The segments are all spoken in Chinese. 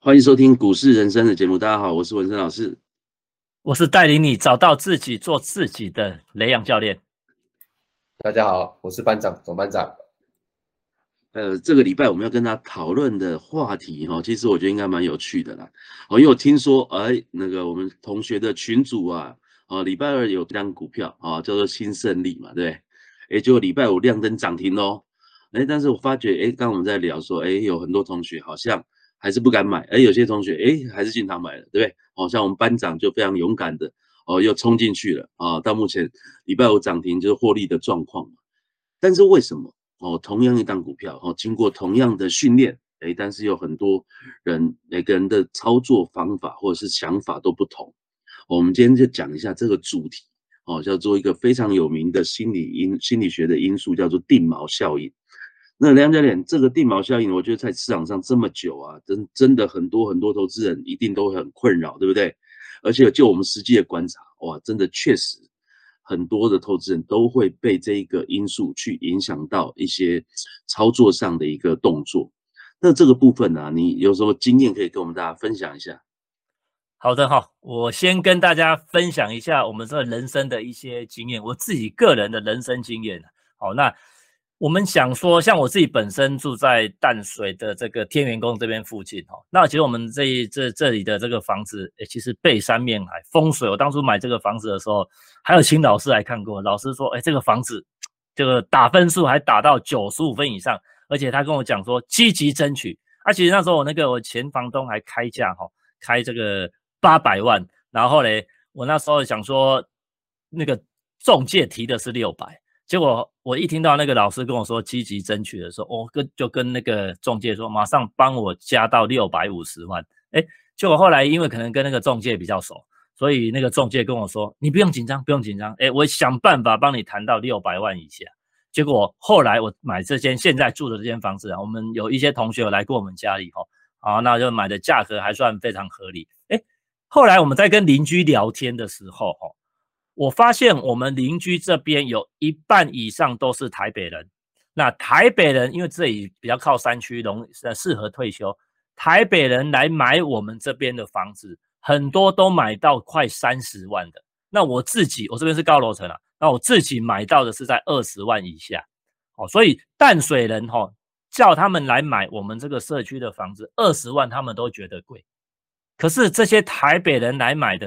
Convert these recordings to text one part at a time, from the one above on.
欢迎收听股市人生的节目。大家好，我是文生老师。 我是带领你找到自己、做自己的雷阳教练。 大家好，我是班长总班长。 这个礼拜我们要跟他讨论的话题其实我觉得应该蛮有趣的啦。因为我听说，那个我们同学的群组啊，礼拜二有张股票叫做新胜利嘛，对不对？结果礼拜五亮灯涨停咯。但是我发觉，刚刚我们在聊说，有很多同学好像还是不敢买，有些同学还是进场买了，对不对？像我们班长就非常勇敢的又冲进去了到目前礼拜五涨停就是获利的状况嘛。但是为什么同样一档股票经过同样的训练，但是有很多人每个人的操作方法或者是想法都不同。我们今天就讲一下这个主题叫做一个非常有名的心理学的因素，叫做定锚效应。那梁教练，这个定锚效应，我觉得在市场上这么久啊，真的很多投资人一定都会很困扰，对不对？而且就我们实际的观察，哇，真的确实很多的投资人都会被这一个因素去影响到一些操作上的一个动作。那这个部分呢，你有什么经验可以跟我们大家分享一下？ 好的我先跟大家分享一下我们这人生的一些经验，我自己个人的人生经验。那我们想说，像我自己本身住在淡水的这个天元宫这边附近那其实我们这里的这个房子其实背山面海，风水。我当初买这个房子的时候，还有请老师来看过，老师说这个房子这个打分数还打到95分以上，而且他跟我讲说积极争取。其实那时候我前房东还开价开这个800万，然后呢我那时候想说那个中介提的是600，结果我一听到那个老师跟我说积极争取的时候，就跟那个中介说马上帮我加到650万。结果后来因为可能跟那个中介比较熟，所以那个中介跟我说你不用紧张，不用紧张，我想办法帮你谈到600万以下。结果后来我买这间现在住的这间房子我们有一些同学有来过我们家里那就买的价格还算非常合理。后来我们在跟邻居聊天的时候我发现我们邻居这边有一半以上都是台北人。那台北人因为这里比较靠山区，适合退休，台北人来买我们这边的房子，很多都买到快30万的。那我这边是高楼层那我自己买到的是在20万以下。所以淡水人叫他们来买我们这个社区的房子20万他们都觉得贵，可是这些台北人来买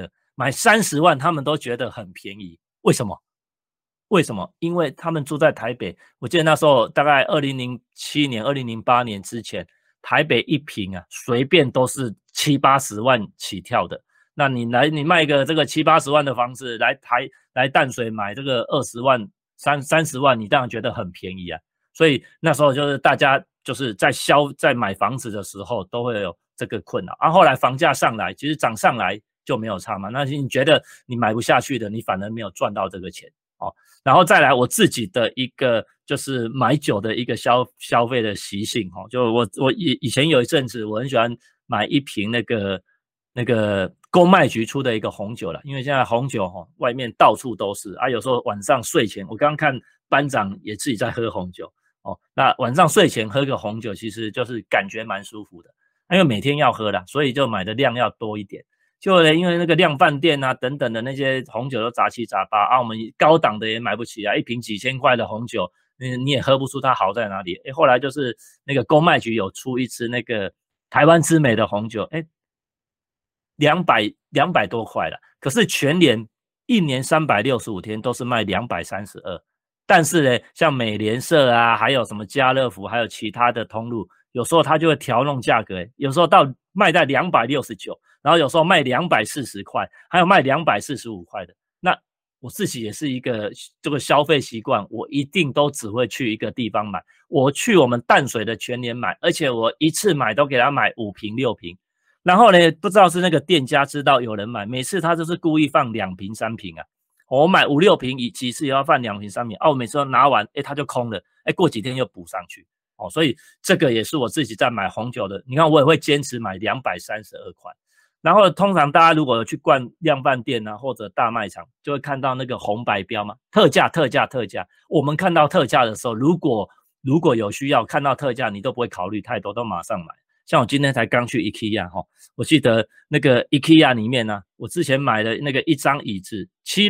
30万他们都觉得很便宜。为什么？因为他们住在台北，我记得那时候大概2007年2008年之前，台北一坪随便都是70-80万起跳的。那你卖一个这个70-80万的房子来淡水买这个20万30万，你当然觉得很便宜所以那时候就是大家就是在买房子的时候都会有这个困扰后来房价上来，其实涨上来就没有差嘛。那你觉得你买不下去的，你反而没有赚到这个钱然后再来我自己的一个就是买酒的一个消费的习性就我以前有一阵子我很喜欢买一瓶那个公卖局出的一个红酒啦，因为现在红酒外面到处都是有时候晚上睡前，我刚刚看班长也自己在喝红酒那晚上睡前喝个红酒其实就是感觉蛮舒服的，因为每天要喝啦，所以就买的量要多一点。就因为那个量贩店等等的那些红酒都杂七杂八我们高档的也买不起一瓶几千块的红酒你也喝不出它好在哪里。后来就是那个公卖局有出一支那个台湾之美的红酒200多块了，可是全年一年365天都是卖232。但是呢像美联社还有什么家乐福还有其他的通路，有时候它就会调弄价格有时候卖在269，然后有时候卖240块，还有卖245块的。那我自己也是一个这个消费习惯，我一定都只会去一个地方买。我去我们淡水的全联买，而且我一次买都给他买5瓶6瓶。然后呢不知道是那个店家知道有人买，每次他就是故意放2瓶3瓶我买5、6瓶几次也要放2瓶3瓶我每次都拿完他就空了过几天又补上去所以这个也是我自己在买红酒的。你看我也会坚持买232块。然后通常大家如果有去逛量贩店或者大卖场，就会看到那个红白标嘛，特价。我们看到特价的时候，如果有需要看到特价，你都不会考虑太多，都马上买。 像我今天才刚去 IKEA 哈，我记得那个 IKEA 里面呢，我之前买的那个一张椅子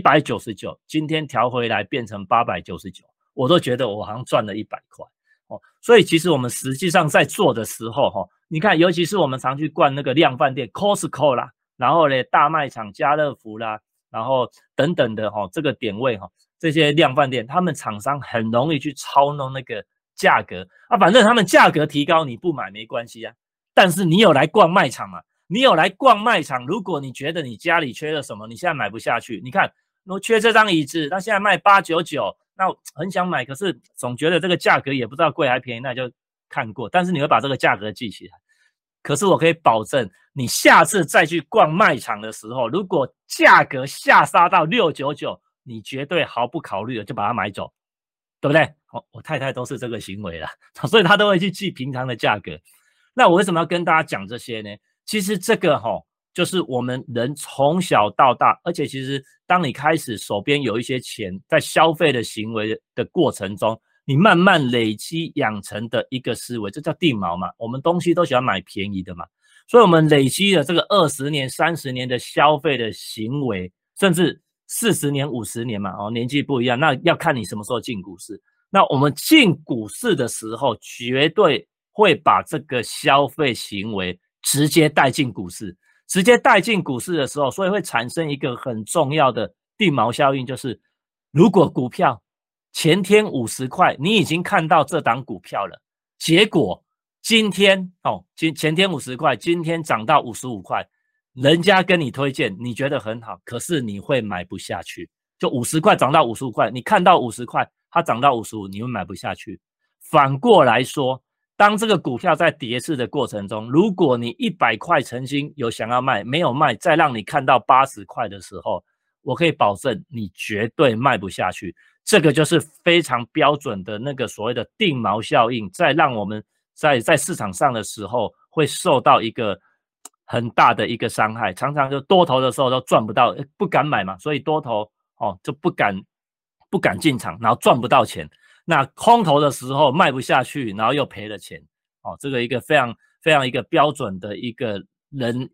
799，今天调回来变成899，我都觉得我好像赚了100块哦。所以其实我们实际上在做的时候哈，你看，尤其是我们常去逛那个量贩店 Costco 啦，然后呢大卖场家乐福啦，然后等等的哈，这个点位哈，这些量贩店，他们厂商很容易去操弄那个价格啊，反正他们价格提高，你不买没关系啊。但是你有来逛卖场嘛？你有来逛卖场，如果你觉得你家里缺了什么，你现在买不下去，你看我缺这张椅子，那现在卖899，那很想买，可是总觉得这个价格也不知道贵还便宜，那就看过，但是你会把这个价格记起来。可是我可以保证，你下次再去逛卖场的时候，如果价格下杀到699，你绝对毫不考虑的就把它买走，对不对？我太太都是这个行为啦，所以她都会去记平常的价格。那我为什么要跟大家讲这些呢？其实这个就是我们人从小到大，而且其实当你开始手边有一些钱，在消费的行为的过程中，你慢慢累积养成的一个思维，这叫定锚嘛。我们东西都喜欢买便宜的嘛，所以我们累积了这个20年、30年的消费的行为，甚至40年、50年嘛，年纪不一样，那要看你什么时候进股市。那我们进股市的时候，绝对会把这个消费行为直接带进股市，直接带进股市的时候，所以会产生一个很重要的定锚效应，就是如果股票前天50块，你已经看到这档股票了，结果今天前天50块，今天涨到55块，人家跟你推荐，你觉得很好，可是你会买不下去，就50块涨到55块，你看到50块，它涨到55，你会买不下去。反过来说，当这个股票在跌势的过程中，如果你100块曾经有想要卖，没有卖，再让你看到80块的时候，我可以保证你绝对卖不下去。这个就是非常标准的那个所谓的定锚效应，再让我们在市场上的时候会受到一个很大的一个伤害，常常就多头的时候都赚不到，不敢买嘛，所以多头就不敢进场，然后赚不到钱。那空头的时候卖不下去，然后又赔了钱，这个一个非常非常一个标准的一个人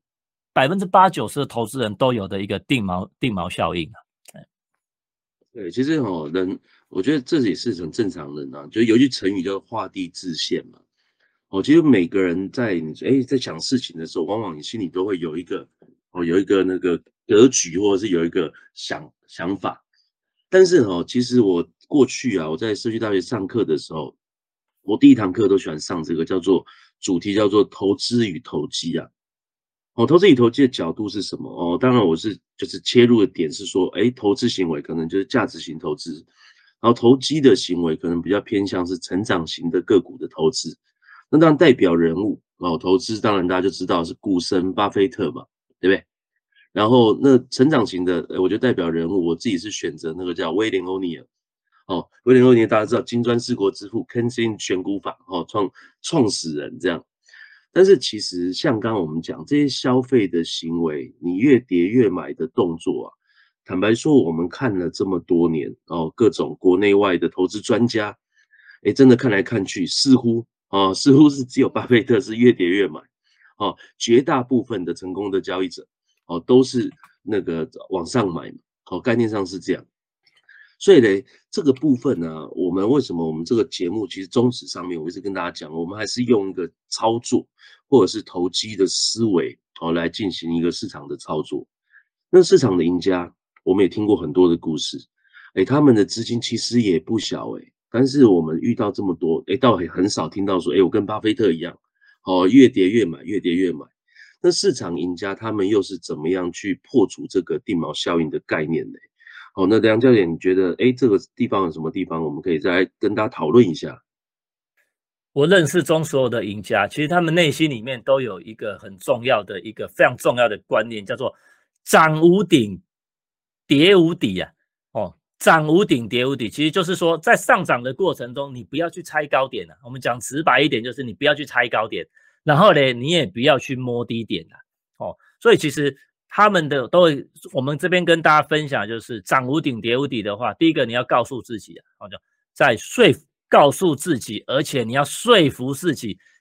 80%-90%的投资人都有的一个定锚效应啊。 对，其实人，我觉得这也是很正常人啊，就有一句成语叫画地自限嘛。其实每个人在想事情的时候，往往你心里都会有一个那个格局，或者是有一个想法。但是其实我过去啊，我在社区大学上课的时候，我第一堂课都喜欢上这个主题叫做投资与投机啊。投资与投机的角度是什么？当然就是切入的点是说，投资行为可能就是价值型投资，然后投机的行为可能比较偏向是成长型的个股的投资。那当然代表人物投资当然大家就知道是股神巴菲特嘛，对不对？然后那成长型的，我觉得代表人物，我自己是选择那个叫威廉欧尼尔。威廉欧尼尔大家知道金砖四国之父 Keynesian 选股法创始人这样。但是其实像刚刚我们讲这些消费的行为，你越跌越买的动作啊，坦白说我们看了这么多年各种国内外的投资专家，真的看来看去似乎是只有巴菲特是越跌越买，绝大部分的成功的交易者都是那个往上买嘛，概念上是这样。所以呢，这个部分呢，为什么我们这个节目其实宗旨上面，我一直跟大家讲，我们还是用一个操作或者是投机的思维来进行一个市场的操作。那市场的赢家，我们也听过很多的故事，他们的资金其实也不小但是我们遇到这么多，倒很少听到说，我跟巴菲特一样，越跌越买，越跌越买。那市场赢家他们又是怎么样去破除这个定锚效应的概念呢？那梁教练，你觉得这个地方有什么地方我们可以再来跟大家讨论一下？ 我认识中所有的赢家，其实他们内心里面都有一个很重要的一个非常重要的观念，叫做涨无顶，跌无底啊。涨无顶，跌无底，其实就是说在上涨的过程中，你不要去猜高点啊。我们讲直白一点，就是你不要去猜高点，然后呢，你也不要去摸低点啊。所以其实他们的都会，我们这边跟大家分享，就是涨无顶跌无底的话，第一个你要告诉自己告诉自己，而且你要说服自己，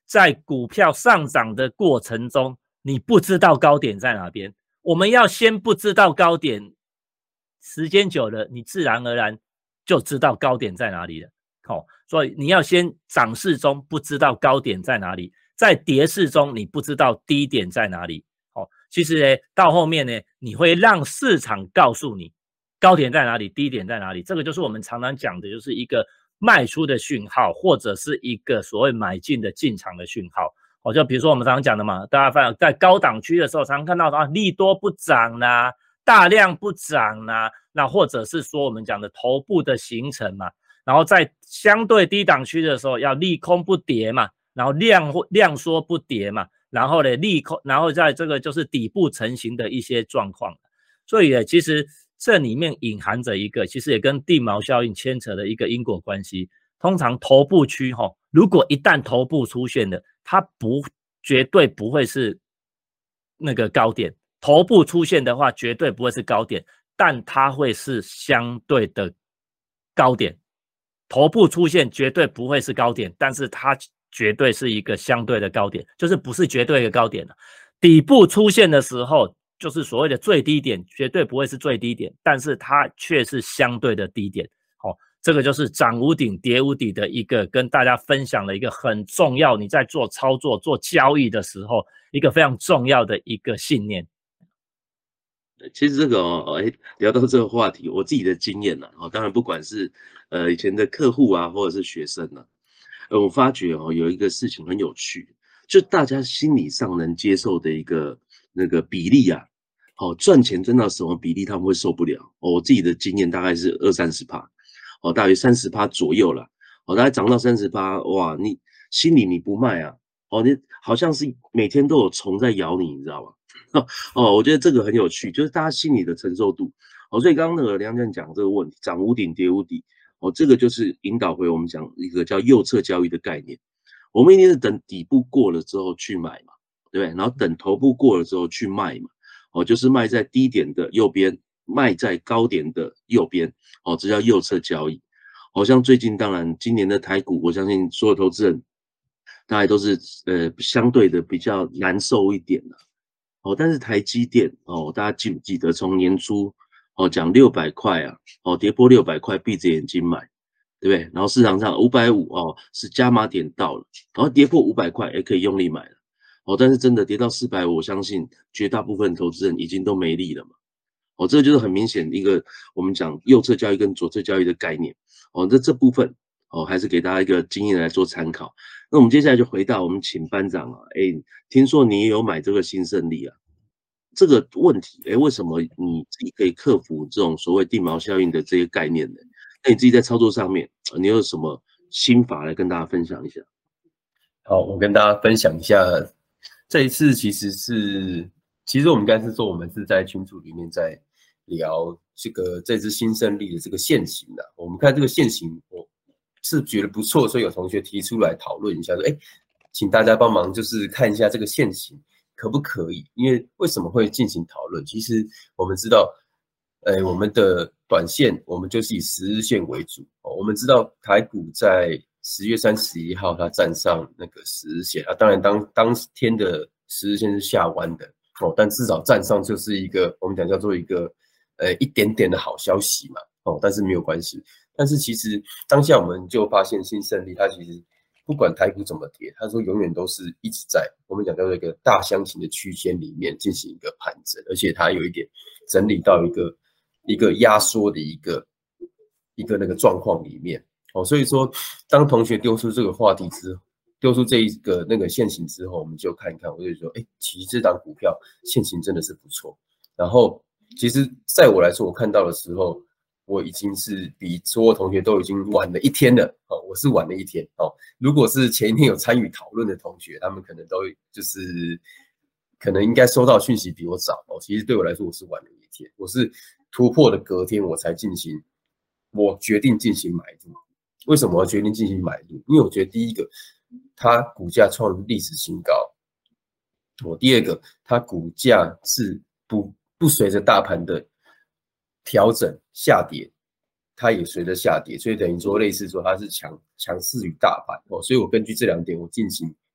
在股票上涨的过程中，你不知道高点在哪边。我们要先不知道高点，时间久了，你自然而然就知道高点在哪里了。所以你要先涨势中不知道高点在哪里，在跌势中你不知道低点在哪里。其实呢，到后面呢，你会让市场告诉你高点在哪里，低点在哪里。这个就是我们常常讲的，就是一个卖出的讯号，或者是一个所谓买进的进场的讯号。就比如说我们常常讲的嘛，大家发现在高档区的时候，常常看到利多不涨啦，大量不涨啦，那或者是说我们讲的头部的形成嘛，然后在相对低档区的时候要利空不跌嘛，然后量缩不跌嘛，然后呢利空，然后在这个就是底部成型的一些状况。所以其实这里面隐含着一个，其实也跟地锚效应牵扯的一个因果关系。通常头部区如果一旦头部出现了，它绝对不会是那个高点，头部出现的话绝对不会是高点，但它会是相对的高点。头部出现绝对不会是高点，但是它绝对是一个相对的高点，就是不是绝对的高点了。底部出现的时候，就是所谓的最低点，绝对不会是最低点，但是它却是相对的低点。这个就是涨无顶跌无底的一个跟大家分享的一个很重要，你在做操作做交易的时候一个非常重要的一个信念。 其实这个聊到这个话题，我自己的经验当然不管是以前的客户啊，或者是学生我发觉有一个事情很有趣，就大家心理上能接受的一个那个比例啊，赚钱赚到什么比例他们会受不了我自己的经验大概是20-30%，大约30%左右啦，大概涨到30%，哇，你心里你不卖啊，你好像是每天都有虫在咬你，你知道吗？我觉得这个很有趣，就是大家心里的承受度。所以刚刚那个梁教练讲这个问题，涨无顶跌无底，这个就是引导回我们讲一个叫右侧交易的概念。我们一定是等底部过了之后去买嘛，对不对？然后等头部过了之后去卖嘛，就是卖在低点的右边，卖在高点的右边，这叫右侧交易。像最近当然今年的台股，我相信所有投资人大概都是相对的比较难受一点了。但是台积电大家记不记得从年初讲600块啊，跌破600块闭着眼睛买，对不对？然后市场上550是加码点到了，然后跌破500块也可以用力买了但是真的跌到450，我相信绝大部分投资人已经都没力了嘛。这就是很明显一个我们讲右侧交易跟左侧交易的概念这部分还是给大家一个经验来做参考。那我们接下来就回到我们请班长听说你也有买这个新胜利啊，这个问题为什么你自己可以克服这种所谓地锚效应的这些概念呢？那你自己在操作上面你有什么心法来跟大家分享一下？ 好，我跟大家分享一下，这一次其实我们应该是说我们是在群组里面在聊这支新胜利的这个现行的，我们看这个现行我是觉得不错，所以有同学提出来讨论一下说请大家帮忙就是看一下这个现行可不可以，因为为什么会进行讨论？其实我们知道我们的短线我们就是以10日线为主我们知道台股在10月31号它站上那个10日线当然当天的10日线是下弯的但至少站上就是一个我们讲叫做一个一点点的好消息嘛但是没有关系。但是其实当下我们就发现新胜利它其实不管台股怎么跌，它说永远都是一直在我们讲叫做一个大箱型的区间里面进行一个盘整，而且它有一点整理到一个压缩的一个那个状况里面所以说当同学丢出这个话题之后，丢出这一个那个现行之后，我们就看一看，我就说其实这档股票现行真的是不错。然后其实在我来说，我看到的时候我已经是比所有同学都已经晚了一天了我是晚了一天如果是前一天有参与讨论的同学，他们可能都就是可能应该收到讯息比我早其实对我来说我是晚了一天，我是突破的隔天我才我决定进行买入。为什么我决定进行买入？因为我觉得第一个它股价创历史新高第二个它股价是不随着大盘的调整下跌，它也随着下跌，所以等于说类似说它是强势于大盘所以我根据这两点我进行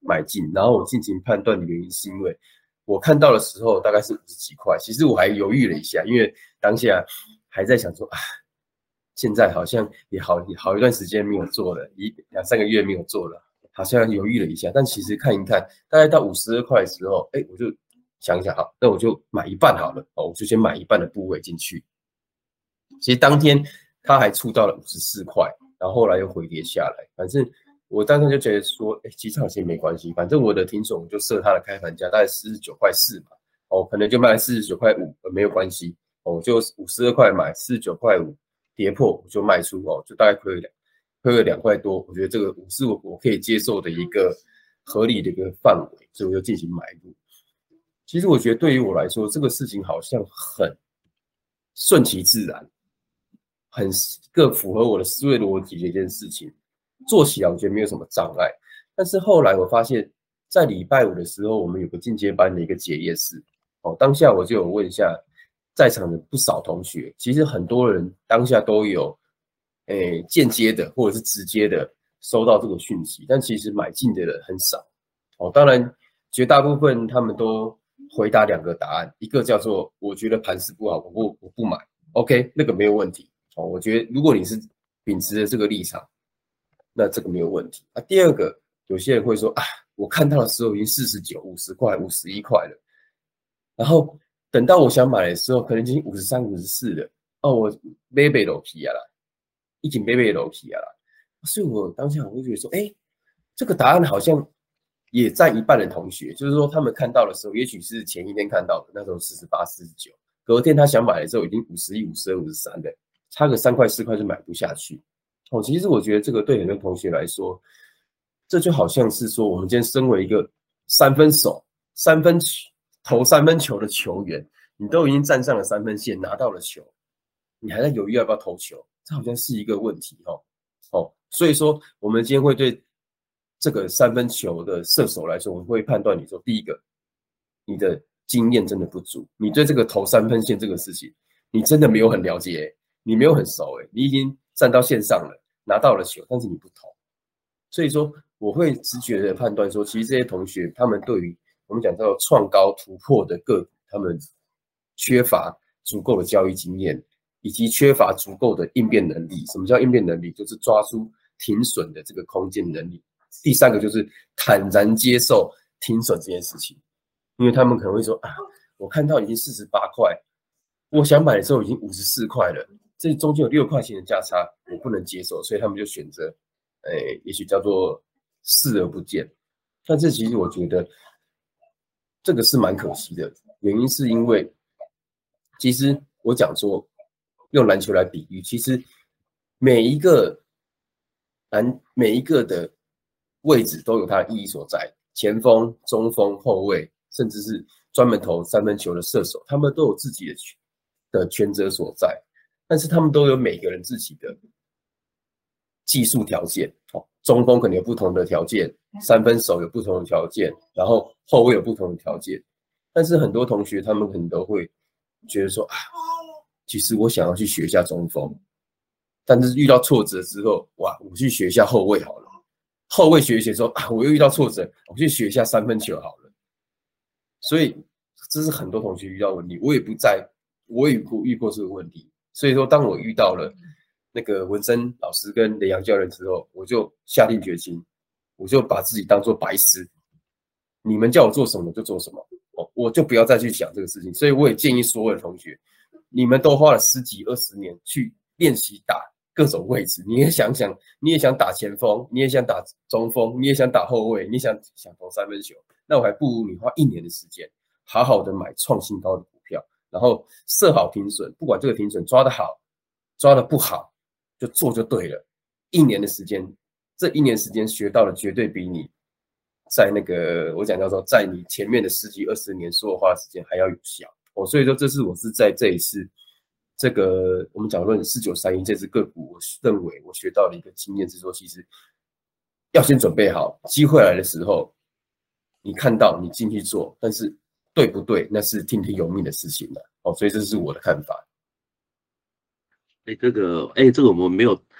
买进，然后我进行判断的原因是因为我看到的时候大概是50几块，其实我还犹豫了一下，因为当下还在想说啊，现在好像也好一段时间没有做了，2、3个月没有做了，好像犹豫了一下，但其实看一看，大概到52块的时候，我就想一想，好，那我就买一半好了，我就先买一半的部位进去。其实当天它还触到了54块，然后后来又回跌下来，反正我当时就觉得说，其实好像没关系，反正我的停损我就设它的开盘价大概49.4块嘛，可能就卖49.5块，没有关系，我就52块买49.5块，跌破我就卖出，就大概亏了2块多，我觉得这个是我可以接受的一个合理的一个范围，所以我就进行买入。其实我觉得对于我来说，这个事情好像很顺其自然，很更符合我的思维逻辑的一件事情，做起来我觉得没有什么障碍。但是后来我发现，在礼拜五的时候，我们有个进阶班的一个结业式，当下我就有问一下在场的不少同学，其实很多人当下都有间接的或者是直接的收到这个讯息，但其实买进的人很少。当然绝大部分他们都回答2个答案，一个叫做我觉得盘势不好，我不买 ，OK， 那个没有问题。我觉得如果你是秉持的这个立场，那这个没有问题。第二个，有些人会说啊，我看到的时候已经49、50块、51块了，然后等到我想买的时候，可能已经53、54了。我买落去啊啦，已经买落去啊啦。所以我当下我会觉得说，这个答案好像也占一半的同学，就是说他们看到的时候，也许是前一天看到的，那时候48、49，隔天他想买的时候已经51、52、53了，差个3块4块就买不下去。其实我觉得这个对很多同学来说，这就好像是说，我们今天身为一个三分手、投3分球的球员，你都已经站上了3分线，拿到了球，你还在犹豫要不要投球，这好像是一个问题所以说，我们今天会对这个3分球的射手来说，我们会判断你说，第一个，你的经验真的不足，你对这个投3分线这个事情，你真的没有很了解，你没有很熟，你已经站到线上了，拿到了球，但是你不投，所以说我会直觉的判断说，其实这些同学他们对于我们讲到创高突破的个股，他们缺乏足够的交易经验，以及缺乏足够的应变能力。什么叫应变能力？就是抓出停损的这个空间能力。第3个就是坦然接受停损这件事情，因为他们可能会说啊，我看到已经48块，我想买的时候已经54块了，这中间有6块钱的价差，我不能接受，所以他们就选择，也许叫做视而不见。但是其实我觉得这个是蛮可惜的，原因是因为其实我讲说用篮球来比喻，其实每一个的位置都有它的意义所在，前锋、中锋、后卫，甚至是专门投3分球的射手，他们都有自己的权责所在，但是他们都有每个人自己的技术条件。中锋可能有不同的条件，3分手有不同的条件，然后后卫有不同的条件。但是很多同学他们可能都会觉得说啊，其实我想要去学一下中锋，但是遇到挫折之后，哇，我去学一下后卫好了。后卫学一学之后啊，我又遇到挫折，我去学一下3分球好了。所以这是很多同学遇到的问题，我也遇过这个问题。所以说，当我遇到了那个文森老师跟雷洋教练之后，我就下定决心，我就把自己当作白痴，你们叫我做什么就做什么，我就不要再去想这个事情。所以我也建议所有的同学，你们都花了10几20年去练习打各种位置，你也想想，你也想打前锋，你也想打中锋，你也想打后卫，你想投3分球，那我还不如你花1年的时间，好好的买创新高的股票，然后设好停损，不管这个停损抓得好，抓得不好，就做就对了。1年的时间，这1年时间学到的绝对比你在那个我讲叫做在你前面的10几20年所有花的时间还要有效。所以说这是我是在这一次这个我们讲论4931这支个股，我认为我学到的一个经验是说，其实要先准备好，机会来的时候，你看到你进去做，但是对不对，那是听天由命的事情了。所以这是我的看法。 这个我们没有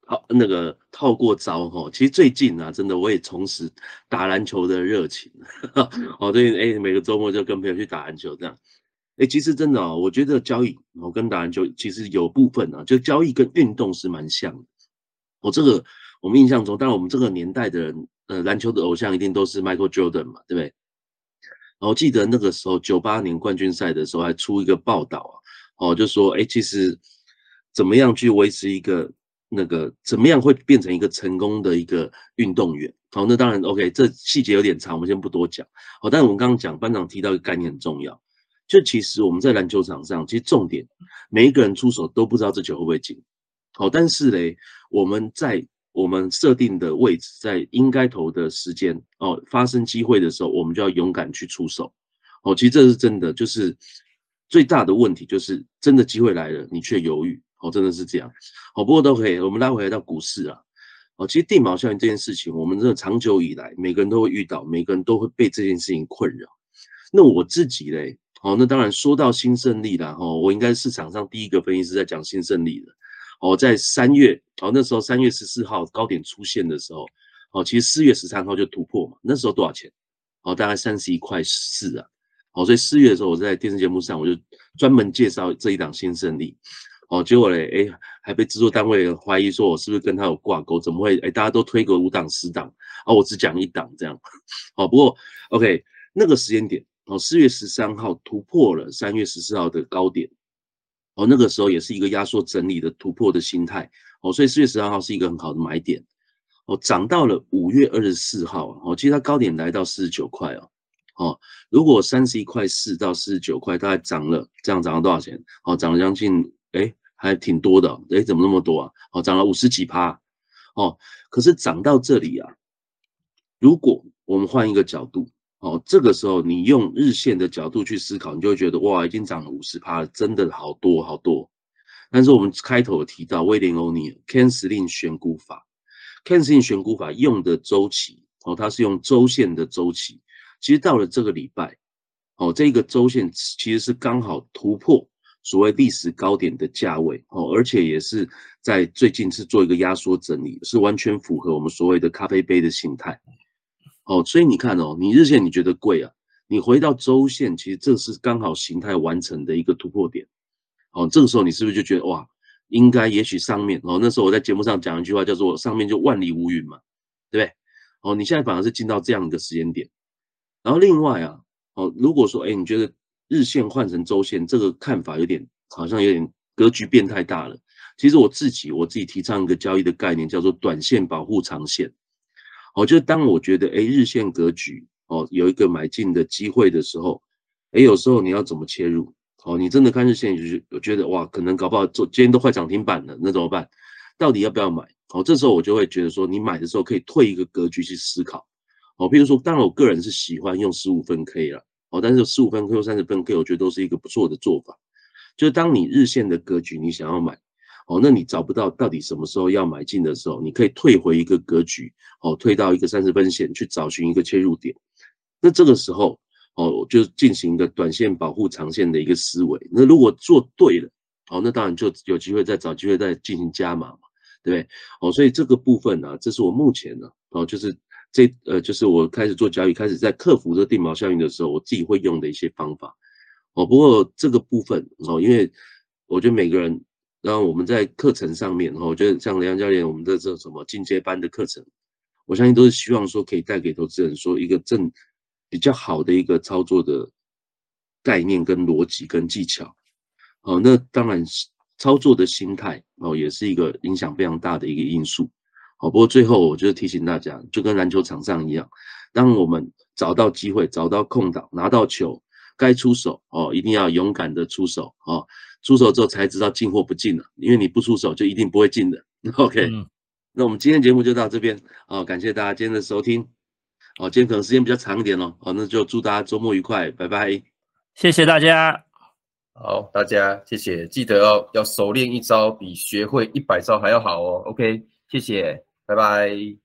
那个套过招哈。其实最近啊，真的我也重拾打篮球的热情。哦，对，每个周末就跟朋友去打篮球这样。其实真的哦，我觉得交易跟打篮球其实有部分啊，就交易跟运动是蛮像的。这个我们印象中，当然我们这个年代的人，篮球的偶像一定都是 Michael Jordan 嘛，对不对？然后记得那个时候98年冠军赛的时候，还出一个报道啊，就说其实怎么样去维持一个怎么样会变成一个成功的一个运动员。好，那当然 OK， 这细节有点长，我们先不多讲。好，但是我们刚刚讲班长提到一个概念很重要，就其实我们在篮球场上，其实重点每一个人出手都不知道这球会不会进。好，但是嘞，我们在我们设定的位置，在应该投的时间发生机会的时候，我们就要勇敢去出手。其实这是真的，就是最大的问题就是真的机会来了，你却犹豫。真的是这样。不过都可以，我们拉回来到股市啊。其实定锚效应这件事情，我们真的长久以来每个人都会遇到，每个人都会被这件事情困扰。那我自己嘞，那当然说到新胜利啦，我应该是市场上第一个分析师在讲新胜利的。在3月，那时候3月14号高点出现的时候，其实4月13号就突破嘛，那时候多少钱？大概31.4块啊。所以4月的时候，我在电视节目上我就专门介绍这一档新胜利。结果嘞，还被制作单位怀疑说我是不是跟他有挂钩？怎么会？大家都推个5档10档我只讲1档这样。不过 OK， 那个时间点，4月13号突破了3月14号的高点。那个时候也是一个压缩整理的突破的心态。所以4月13号是一个很好的买点。涨到了5月24号，其实它高点来到49块如果31.4块到49块，大概这样涨了多少钱？涨了将近还挺多的。怎么那么多啊？涨了50几%。可是涨到这里啊，如果我们换一个角度，这个时候你用日线的角度去思考，你就会觉得哇，已经涨了50%了，真的好多好多。但是我们开头有提到威廉欧尼尔 Ken Slim 选股法，Ken Slim 选股法用的周期它是用周线的周期。其实到了这个礼拜，这个周线其实是刚好突破所谓历史高点的价位，而且也是在最近是做一个压缩整理，是完全符合我们所谓的咖啡杯的形态。所以你看你日线你觉得贵啊，你回到周线，其实这是刚好形态完成的一个突破点。这个时候你是不是就觉得哇，应该也许上面那时候我在节目上讲一句话叫做上面就万里无云嘛，对不对？你现在反而是进到这样一个时间点。然后另外啊，如果说你觉得日线换成周线，这个看法好像有点格局变太大了。其实我自己提倡一个交易的概念，叫做短线保护长线。就是当我觉得日线格局有一个买进的机会的时候，有时候你要怎么切入？你真的看日线，就是觉得哇，可能搞不好今天都快涨停板了，那怎么办？到底要不要买？这时候我就会觉得说，你买的时候可以退一个格局去思考。譬如说，当然我个人是喜欢用15分 K 啦，但是15分 K 或30分 K， 我觉得都是一个不错的做法。就是当你日线的格局你想要买，那你找不到到底什么时候要买进的时候，你可以退回一个格局，退到一个30分线去找寻一个切入点。那这个时候就进行一个短线保护长线的一个思维。那如果做对了，那当然就有机会再找机会再进行加码嘛，对不对？所以这个部分呢，这是我目前呢，就是就是我开始做交易，开始在克服这定锚效应的时候，我自己会用的一些方法。不过这个部分因为我觉得每个人，然后我们在课程上面我觉得像梁教练我们的这什么进阶班的课程，我相信都是希望说可以带给投资人说一个比较好的一个操作的概念跟逻辑跟技巧。那当然操作的心态也是一个影响非常大的一个因素。不过最后我就提醒大家，就跟篮球场上一样，当我们找到机会，找到空档，拿到球，该出手一定要勇敢的出手出手之后才知道进或不进了，因为你不出手就一定不会进的。OK，那我们今天节目就到这边感谢大家今天的收听今天可能时间比较长一点那就祝大家周末愉快，拜拜， 谢谢大家。 好，大家谢谢，记得要熟练一招比学会100招还要好哦。OK， 谢谢，拜拜。